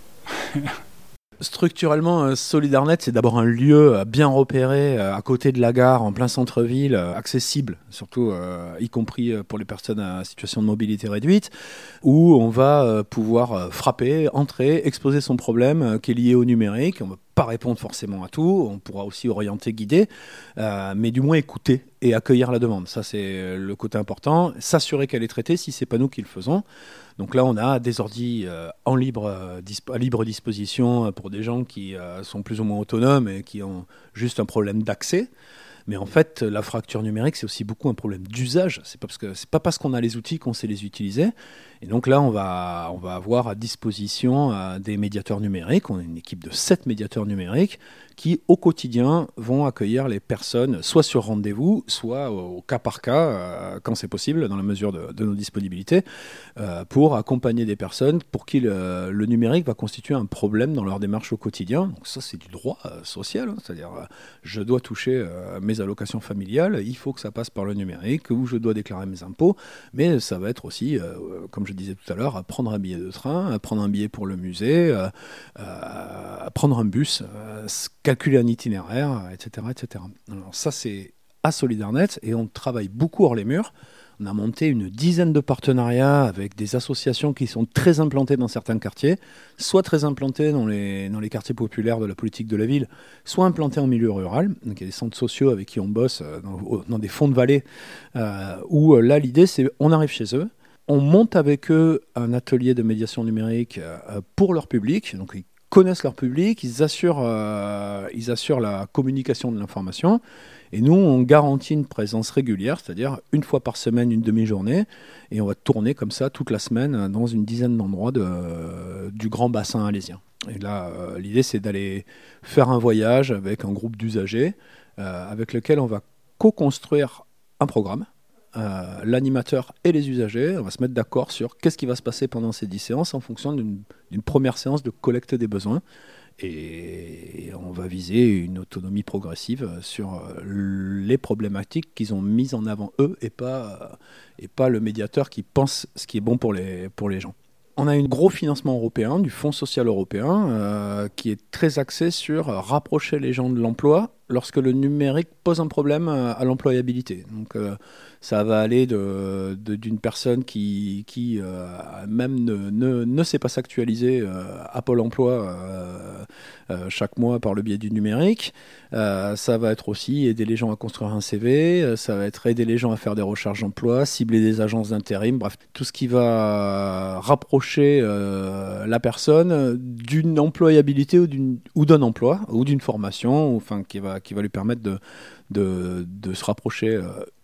Structurellement, Solidarnet, c'est d'abord un lieu bien repéré, à côté de la gare, en plein centre-ville, accessible, surtout y compris pour les personnes en situation de mobilité réduite, où on va pouvoir frapper, entrer, exposer son problème qui est lié au numérique. On va pas répondre forcément à tout, on pourra aussi orienter, guider, mais du moins écouter et accueillir la demande. Ça, c'est le côté important. S'assurer qu'elle est traitée si c'est pas nous qui le faisons. Donc là, on a des ordis à libre disposition pour des gens qui sont plus ou moins autonomes et qui ont juste un problème d'accès. Mais en fait, la fracture numérique, c'est aussi beaucoup un problème d'usage. C'est pas parce qu'on a les outils qu'on sait les utiliser. Et donc là, on va avoir à disposition des médiateurs numériques. On a une équipe de 7 médiateurs numériques qui, au quotidien, vont accueillir les personnes soit sur rendez-vous, soit au cas par cas, quand c'est possible, dans la mesure de nos disponibilités, pour accompagner des personnes pour qui le numérique va constituer un problème dans leur démarche au quotidien. Donc ça, c'est du droit social, hein, c'est-à-dire je dois toucher mes allocations familiales, il faut que ça passe par le numérique, ou je dois déclarer mes impôts, mais ça va être aussi, comme je disais tout à l'heure, prendre un billet de train, prendre un billet pour le musée, prendre un bus, calculer un itinéraire, etc., etc. Alors ça, c'est à Solidarnet et on travaille beaucoup hors les murs. On a monté une dizaine de partenariats avec des associations qui sont très implantées dans certains quartiers, soit très implantées dans les quartiers populaires de la politique de la ville, soit implantées en milieu rural. Donc il y a des centres sociaux avec qui on bosse dans des fonds de vallée, où là, l'idée, c'est on arrive chez eux, on monte avec eux un atelier de médiation numérique pour leur public. Donc ils connaissent leur public, ils assurent la communication de l'information. Et nous, on garantit une présence régulière, c'est-à-dire une fois par semaine, une demi-journée. Et on va tourner comme ça toute la semaine dans une dizaine d'endroits du grand bassin alésien. Et là, l'idée, c'est d'aller faire un voyage avec un groupe d'usagers avec lequel on va co-construire un programme. L'animateur et les usagers, on va se mettre d'accord sur qu'est-ce qui va se passer pendant ces 10 séances en fonction d'une première séance de collecte des besoins. Et on va viser une autonomie progressive sur les problématiques qu'ils ont mises en avant eux et pas le médiateur qui pense ce qui est bon pour les gens. On a un gros financement européen, du Fonds social européen, qui est très axé sur rapprocher les gens de l'emploi lorsque le numérique pose un problème à l'employabilité. Donc ça va aller d'une personne qui même ne sait pas s'actualiser à Pôle emploi chaque mois par le biais du numérique. Ça va être aussi aider les gens à construire un CV, ça va être aider les gens à faire des recherches d'emploi, cibler des agences d'intérim, bref, tout ce qui va rapprocher la personne d'une employabilité ou d'un emploi ou d'une formation, enfin qui va lui permettre de se rapprocher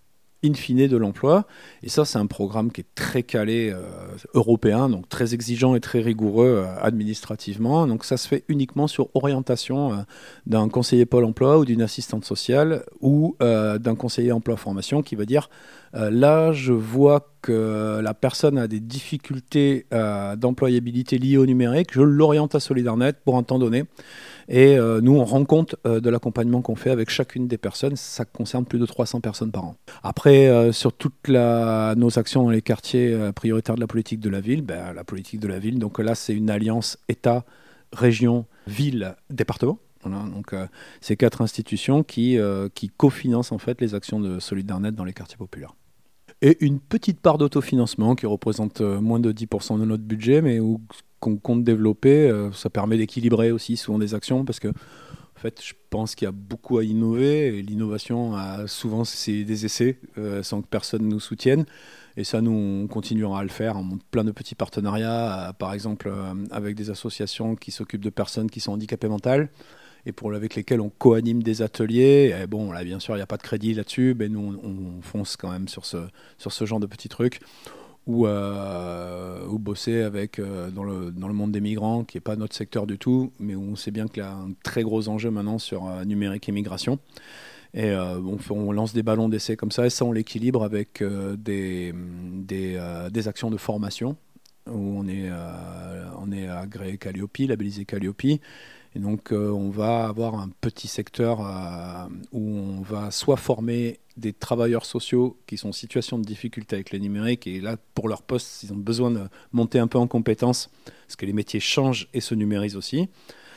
in fine de l'emploi. Et ça, c'est un programme qui est très calé européen, donc très exigeant et très rigoureux administrativement. Donc ça se fait uniquement sur orientation d'un conseiller Pôle emploi ou d'une assistante sociale ou d'un conseiller emploi-formation qui va dire là, je vois que la personne a des difficultés d'employabilité liées au numérique, je l'oriente à Solidarnet pour un temps donné. Et nous, on rend compte de l'accompagnement qu'on fait avec chacune des personnes. Ça concerne plus de 300 personnes par an. Après, sur toutes nos actions dans les quartiers prioritaires de la politique de la ville, la politique de la ville, donc là, c'est une alliance État, région, ville, département. Voilà, donc c'est 4 institutions qui cofinancent en fait les actions de Solidarnet dans les quartiers populaires. Et une petite part d'autofinancement qui représente moins de 10% de notre budget, mais qu'on compte développer. Ça permet d'équilibrer aussi souvent des actions parce que en fait, je pense qu'il y a beaucoup à innover et l'innovation, souvent, c'est des essais sans que personne nous soutienne. Et ça, nous, on continuera à le faire. On monte plein de petits partenariats, par exemple avec des associations qui s'occupent de personnes qui sont handicapées mentales et avec lesquelles on co-anime des ateliers. Et bon, là, bien sûr, il n'y a pas de crédit là-dessus, mais nous, on fonce quand même sur ce genre de petits trucs. Ou bosser avec, dans le monde des migrants, qui n'est pas notre secteur du tout, mais où on sait bien qu'il y a un très gros enjeu maintenant sur numérique et migration. Et on lance des ballons d'essai comme ça, et ça, on l'équilibre avec des actions de formation, où on est agréé Calliope, labellisé Calliope. Et donc, on va avoir un petit secteur où on va soit former des travailleurs sociaux qui sont en situation de difficulté avec le numérique, et là, pour leur poste, ils ont besoin de monter un peu en compétences, parce que les métiers changent et se numérisent aussi,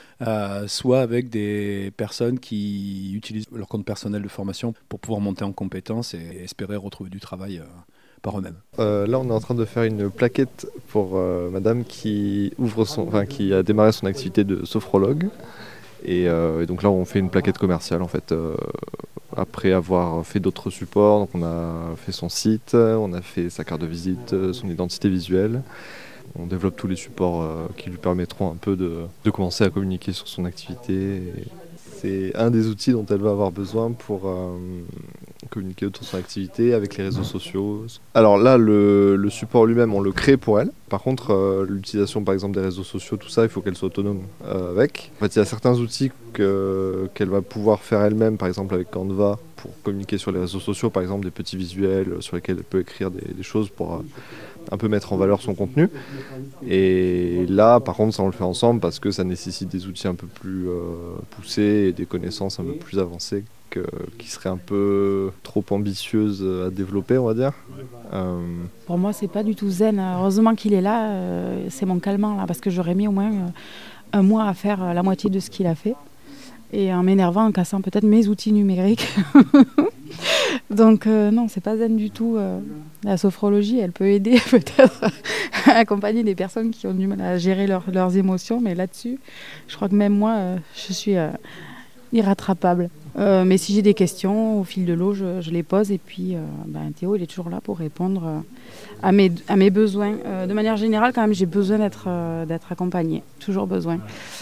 soit avec des personnes qui utilisent leur compte personnel de formation pour pouvoir monter en compétences et espérer retrouver du travail par eux-mêmes. Là, on est en train de faire une plaquette pour madame qui a démarré son activité de sophrologue. Et donc là, on fait une plaquette commerciale, en fait, après avoir fait d'autres supports. Donc on a fait son site, on a fait sa carte de visite, son identité visuelle. On développe tous les supports qui lui permettront un peu de commencer à communiquer sur son activité. Et c'est un des outils dont elle va avoir besoin pour communiquer autour de son activité avec les réseaux sociaux. Alors là, le support lui-même, on le crée pour elle. Par contre, l'utilisation par exemple des réseaux sociaux, tout ça, il faut qu'elle soit autonome avec. En fait, il y a certains outils qu'elle va pouvoir faire elle-même, par exemple avec Canva, pour communiquer sur les réseaux sociaux, par exemple des petits visuels sur lesquels elle peut écrire des choses pour un peu mettre en valeur son contenu. Et là, par contre, ça on le fait ensemble parce que ça nécessite des outils un peu plus poussés et des connaissances un peu plus avancées qui seraient un peu trop ambitieuses à développer, on va dire. Pour moi, c'est pas du tout zen. Heureusement qu'il est là, c'est mon calmant là, parce que j'aurais mis au moins un mois à faire la moitié de ce qu'il a fait. Et en m'énervant, en cassant peut-être mes outils numériques. Donc non, c'est pas zen du tout. La sophrologie, elle peut aider peut-être à accompagner des personnes qui ont du mal à gérer leurs émotions, mais là-dessus, je crois que même moi, je suis irrattrapable. Mais si j'ai des questions au fil de l'eau, je les pose, et puis Théo, il est toujours là pour répondre à mes besoins. De manière générale, quand même, j'ai besoin d'être accompagnée, toujours besoin.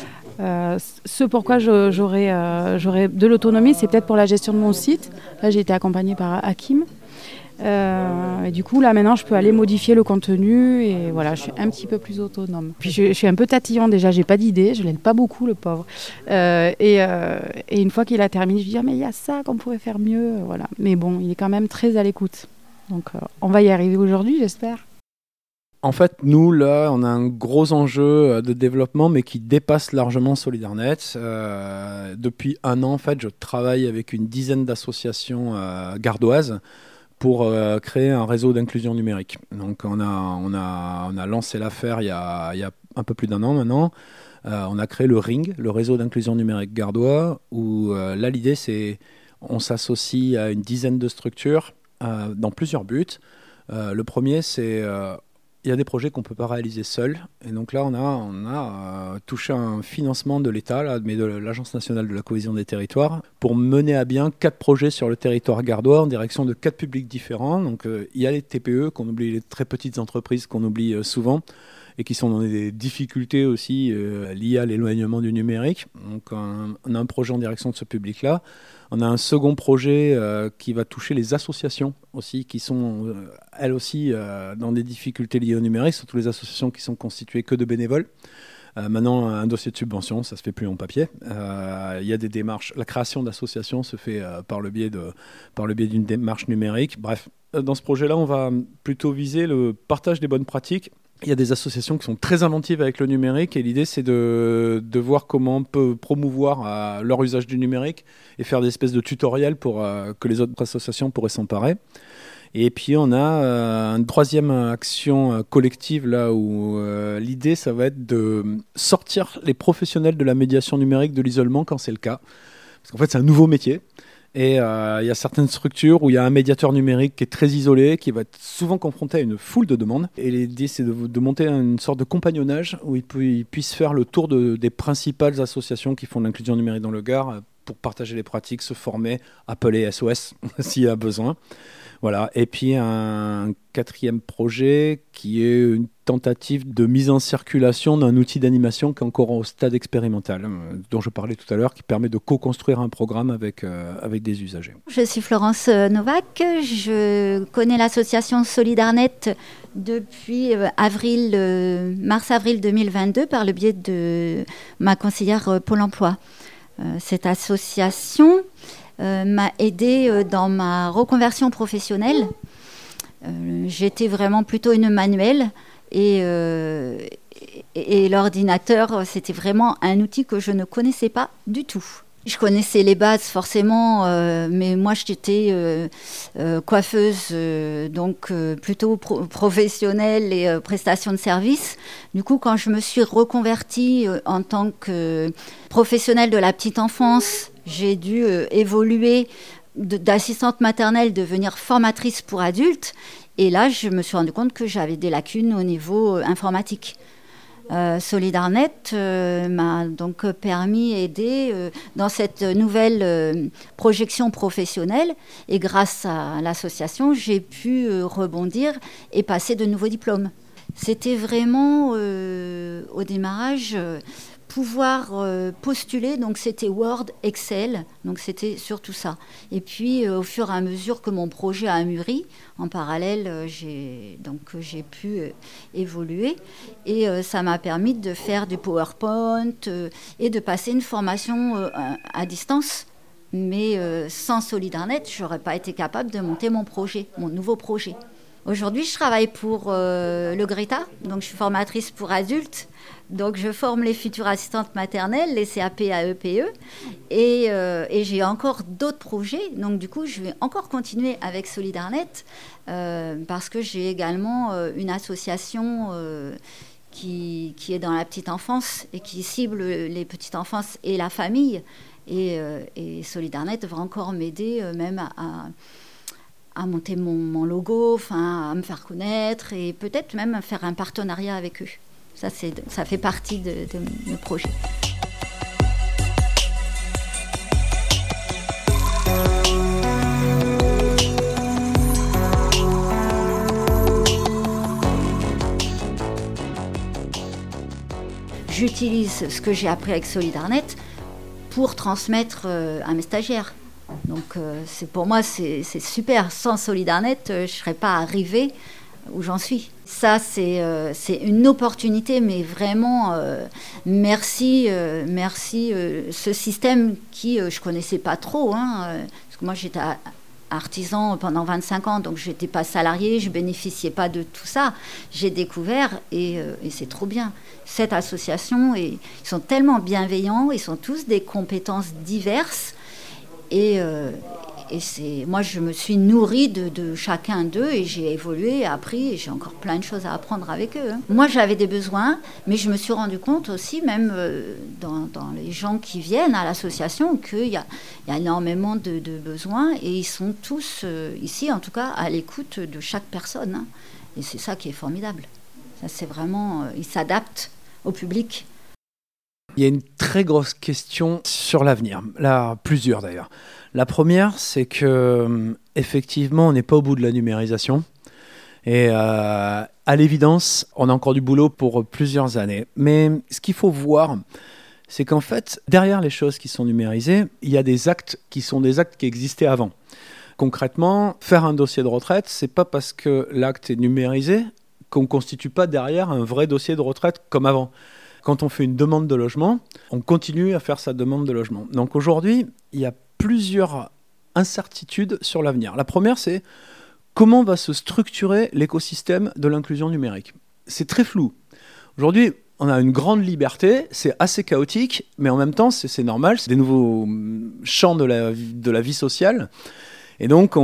Ce pourquoi j'aurais de l'autonomie, c'est peut-être pour la gestion de mon site. Là, j'ai été accompagnée par Hakim. Et du coup, là, maintenant, je peux aller modifier le contenu. Et voilà, je suis un petit peu plus autonome. Puis, je suis un peu tatillon déjà. J'ai pas d'idée. Je l'aide pas beaucoup, le pauvre. Et une fois qu'il a terminé, je lui dis mais il y a ça qu'on pourrait faire mieux. Voilà. Mais bon, il est quand même très à l'écoute. Donc, on va y arriver aujourd'hui, j'espère. En fait, nous, là, on a un gros enjeu de développement, mais qui dépasse largement Solidarnet. Depuis 1 an, en fait, je travaille avec une dizaine d'associations gardoises pour créer un réseau d'inclusion numérique. Donc, on a lancé l'affaire il y a un peu plus d'1 an maintenant. On a créé le RING, le réseau d'inclusion numérique gardois, où là, l'idée, c'est on s'associe à une dizaine de structures dans plusieurs buts. Le premier, c'est... il y a des projets qu'on ne peut pas réaliser seul. Et donc là, on a touché un financement de l'État, mais de l'Agence nationale de la cohésion des territoires, pour mener à bien 4 projets sur le territoire gardois en direction de 4 publics différents. Donc il y a les TPE qu'on oublie, les très petites entreprises qu'on oublie souvent. et qui sont dans des difficultés aussi liées à l'éloignement du numérique. Donc on a un projet en direction de ce public-là. On a un second projet qui va toucher les associations aussi, qui sont elles aussi dans des difficultés liées au numérique, surtout les associations qui sont constituées que de bénévoles. Maintenant, un dossier de subvention, ça se fait plus en papier. Il y a des démarches. La création d'associations se fait par le biais d'une démarche numérique. Bref, dans ce projet-là, on va plutôt viser le partage des bonnes pratiques. Il y a des associations qui sont très inventives avec le numérique et l'idée, c'est de voir comment on peut promouvoir leur usage du numérique et faire des espèces de tutoriels pour que les autres associations pourraient s'emparer. Et puis on a une troisième action collective là où l'idée ça va être de sortir les professionnels de la médiation numérique de l'isolement quand c'est le cas. Parce qu'en fait c'est un nouveau métier et il y a certaines structures où il y a un médiateur numérique qui est très isolé, qui va être souvent confronté à une foule de demandes. Et l'idée c'est de monter une sorte de compagnonnage où il puisse faire le tour des principales associations qui font de l'inclusion numérique dans le Gard pour partager les pratiques, se former, appeler SOS s'il y a besoin. Voilà. Et puis un quatrième projet qui est une tentative de mise en circulation d'un outil d'animation qui est encore au stade expérimental, dont je parlais tout à l'heure, qui permet de co-construire un programme avec des usagers. Je suis Florence Novak, je connais l'association Solidarnet depuis mars-avril 2022 par le biais de ma conseillère Pôle emploi. Cette association m'a aidée dans ma reconversion professionnelle. J'étais vraiment plutôt une manuelle et l'ordinateur, c'était vraiment un outil que je ne connaissais pas du tout. Je connaissais les bases forcément, mais moi j'étais coiffeuse, donc plutôt professionnelle et prestation de service. Du coup, quand je me suis reconvertie en tant que professionnelle de la petite enfance, j'ai dû évoluer d'assistante maternelle, devenir formatrice pour adultes. Et là, je me suis rendu compte que j'avais des lacunes au niveau informatique. Solidarnet m'a donc permis d'aider dans cette nouvelle projection professionnelle et grâce à l'association, j'ai pu rebondir et passer de nouveaux diplômes. C'était vraiment au démarrage pouvoir postuler, donc c'était Word, Excel, donc c'était surtout ça. Et puis au fur et à mesure que mon projet a mûri, en parallèle j'ai pu évoluer et ça m'a permis de faire du PowerPoint et de passer une formation à distance. Mais sans Solidarnet, je n'aurais pas été capable de monter mon nouveau projet. Aujourd'hui, je travaille pour le Greta, donc je suis formatrice pour adultes. Donc je forme les futures assistantes maternelles, les CAP AEPE, et j'ai encore d'autres projets. Donc du coup, je vais encore continuer avec Solidarnet parce que j'ai également une association qui est dans la petite enfance et qui cible les petites enfances et la famille. Et Solidarnet va encore m'aider même à monter mon logo, à me faire connaître et peut-être même à faire un partenariat avec eux. Ça fait partie de mes projets. J'utilise ce que j'ai appris avec Solidarnet pour transmettre à mes stagiaires. Donc pour moi, c'est super. Sans Solidarnet, je ne serais pas arrivée où j'en suis. Ça, c'est une opportunité, mais vraiment, merci ce système qui, je ne connaissais pas trop. Parce que moi, j'étais artisan pendant 25 ans, donc je n'étais pas salariée, je ne bénéficiais pas de tout ça. J'ai découvert et c'est trop bien. Cette association, ils sont tellement bienveillants, ils ont tous des compétences diverses. Et moi, je me suis nourrie de chacun d'eux et j'ai évolué, appris et j'ai encore plein de choses à apprendre avec eux. Moi, j'avais des besoins, mais je me suis rendu compte aussi, même dans les gens qui viennent à l'association, qu'il y a énormément de besoins et ils sont tous, ici en tout cas, à l'écoute de chaque personne. Et c'est ça qui est formidable. Ça, c'est vraiment, ils s'adaptent au public. Il y a une très grosse question sur l'avenir, là, plusieurs d'ailleurs. La première, c'est que effectivement, on n'est pas au bout de la numérisation Et à l'évidence, on a encore du boulot pour plusieurs années. Mais ce qu'il faut voir, c'est qu'en fait, derrière les choses qui sont numérisées, il y a des actes qui sont des actes qui existaient avant. Concrètement, faire un dossier de retraite, c'est pas parce que l'acte est numérisé qu'on ne constitue pas derrière un vrai dossier de retraite comme avant. Quand on fait une demande de logement, on continue à faire sa demande de logement. Donc aujourd'hui, il y a plusieurs incertitudes sur l'avenir. La première, c'est comment va se structurer l'écosystème de l'inclusion numérique. C'est très flou. Aujourd'hui, on a une grande liberté, c'est assez chaotique, mais en même temps, c'est normal, c'est des nouveaux champs de la vie sociale. Et donc,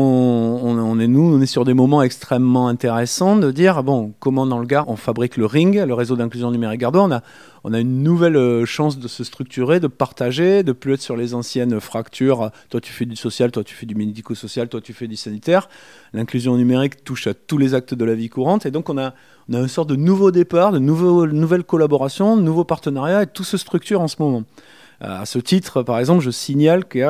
on est sur des moments extrêmement intéressants de dire, bon, comment dans le Gard, on fabrique le RING, le réseau d'inclusion numérique gardois, on a une nouvelle chance de se structurer, de partager, de plus être sur les anciennes fractures. Toi, tu fais du social, toi, tu fais du médico-social, toi, tu fais du sanitaire. L'inclusion numérique touche à tous les actes de la vie courante. Et donc, on a une sorte de nouveau départ, de nouvelles collaborations, de nouveaux partenariats, et tout se structure en ce moment. À ce titre, par exemple, je signale qu'il y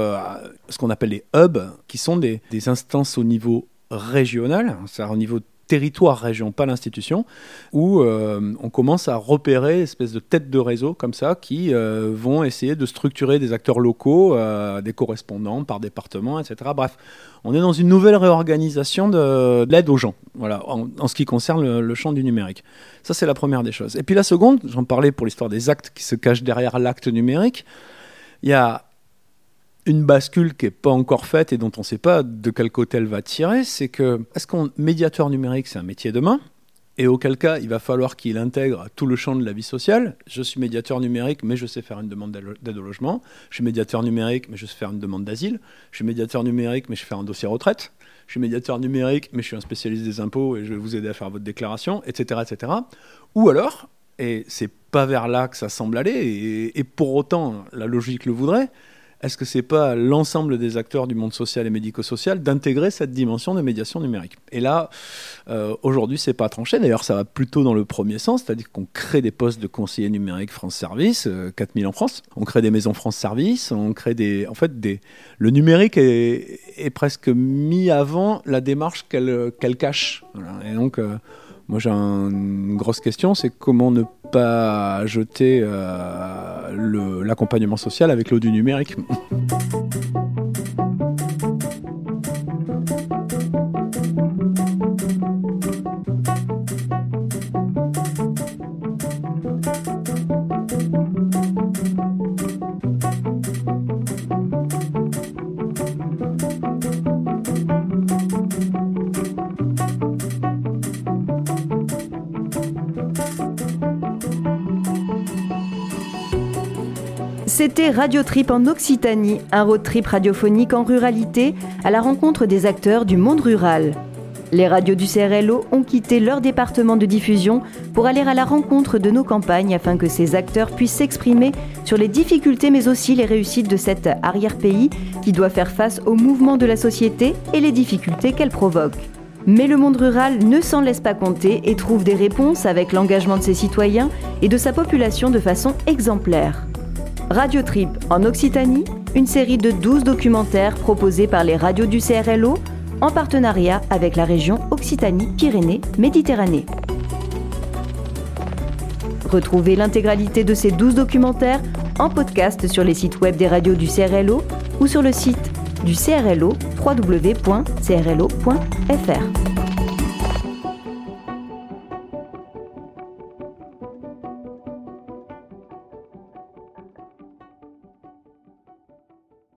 a ce qu'on appelle les hubs, qui sont des instances au niveau régional, c'est-à-dire au niveau territoire région, pas l'institution, où on commence à repérer une espèce de têtes de réseau comme ça, qui vont essayer de structurer des acteurs locaux, des correspondants par département, etc. Bref, on est dans une nouvelle réorganisation de l'aide aux gens, voilà, en ce qui concerne le champ du numérique. Ça, c'est la première des choses. Et puis la seconde, j'en parlais pour l'histoire des actes qui se cachent derrière l'acte numérique, il y a une bascule qui n'est pas encore faite et dont on ne sait pas de quel côté elle va tirer, c'est que, est-ce qu'un médiateur numérique, c'est un métier demain ? Et auquel cas, il va falloir qu'il intègre tout le champ de la vie sociale. Je suis médiateur numérique, mais je sais faire une demande d'aide au logement. Je suis médiateur numérique, mais je sais faire une demande d'asile. Je suis médiateur numérique, mais je fais un dossier retraite. Je suis médiateur numérique, mais je suis un spécialiste des impôts et je vais vous aider à faire votre déclaration, etc., etc. Ou alors, et c'est pas vers là que ça semble aller, et pour autant, la logique le voudrait, est-ce que c'est pas l'ensemble des acteurs du monde social et médico-social d'intégrer cette dimension de médiation numérique ? Et là, aujourd'hui, c'est pas tranché. D'ailleurs, ça va plutôt dans le premier sens, c'est-à-dire qu'on crée des postes de conseillers numériques France Service, 4000 en France. On crée des maisons France Service, on crée le numérique est presque mis avant la démarche qu'elle cache. Voilà. Et donc, moi, j'ai une grosse question, c'est comment ne pas jeter l'accompagnement social avec l'eau du numérique. C'était Radio Trip en Occitanie, un road trip radiophonique en ruralité à la rencontre des acteurs du monde rural. Les radios du CRLO ont quitté leur département de diffusion pour aller à la rencontre de nos campagnes afin que ces acteurs puissent s'exprimer sur les difficultés mais aussi les réussites de cet arrière-pays qui doit faire face aux mouvements de la société et les difficultés qu'elle provoque. Mais le monde rural ne s'en laisse pas compter et trouve des réponses avec l'engagement de ses citoyens et de sa population de façon exemplaire. Radio Trip en Occitanie, une série de 12 documentaires proposés par les radios du CRLO en partenariat avec la région Occitanie-Pyrénées-Méditerranée. Retrouvez l'intégralité de ces 12 documentaires en podcast sur les sites web des radios du CRLO ou sur le site du CRLO www.crlo.fr.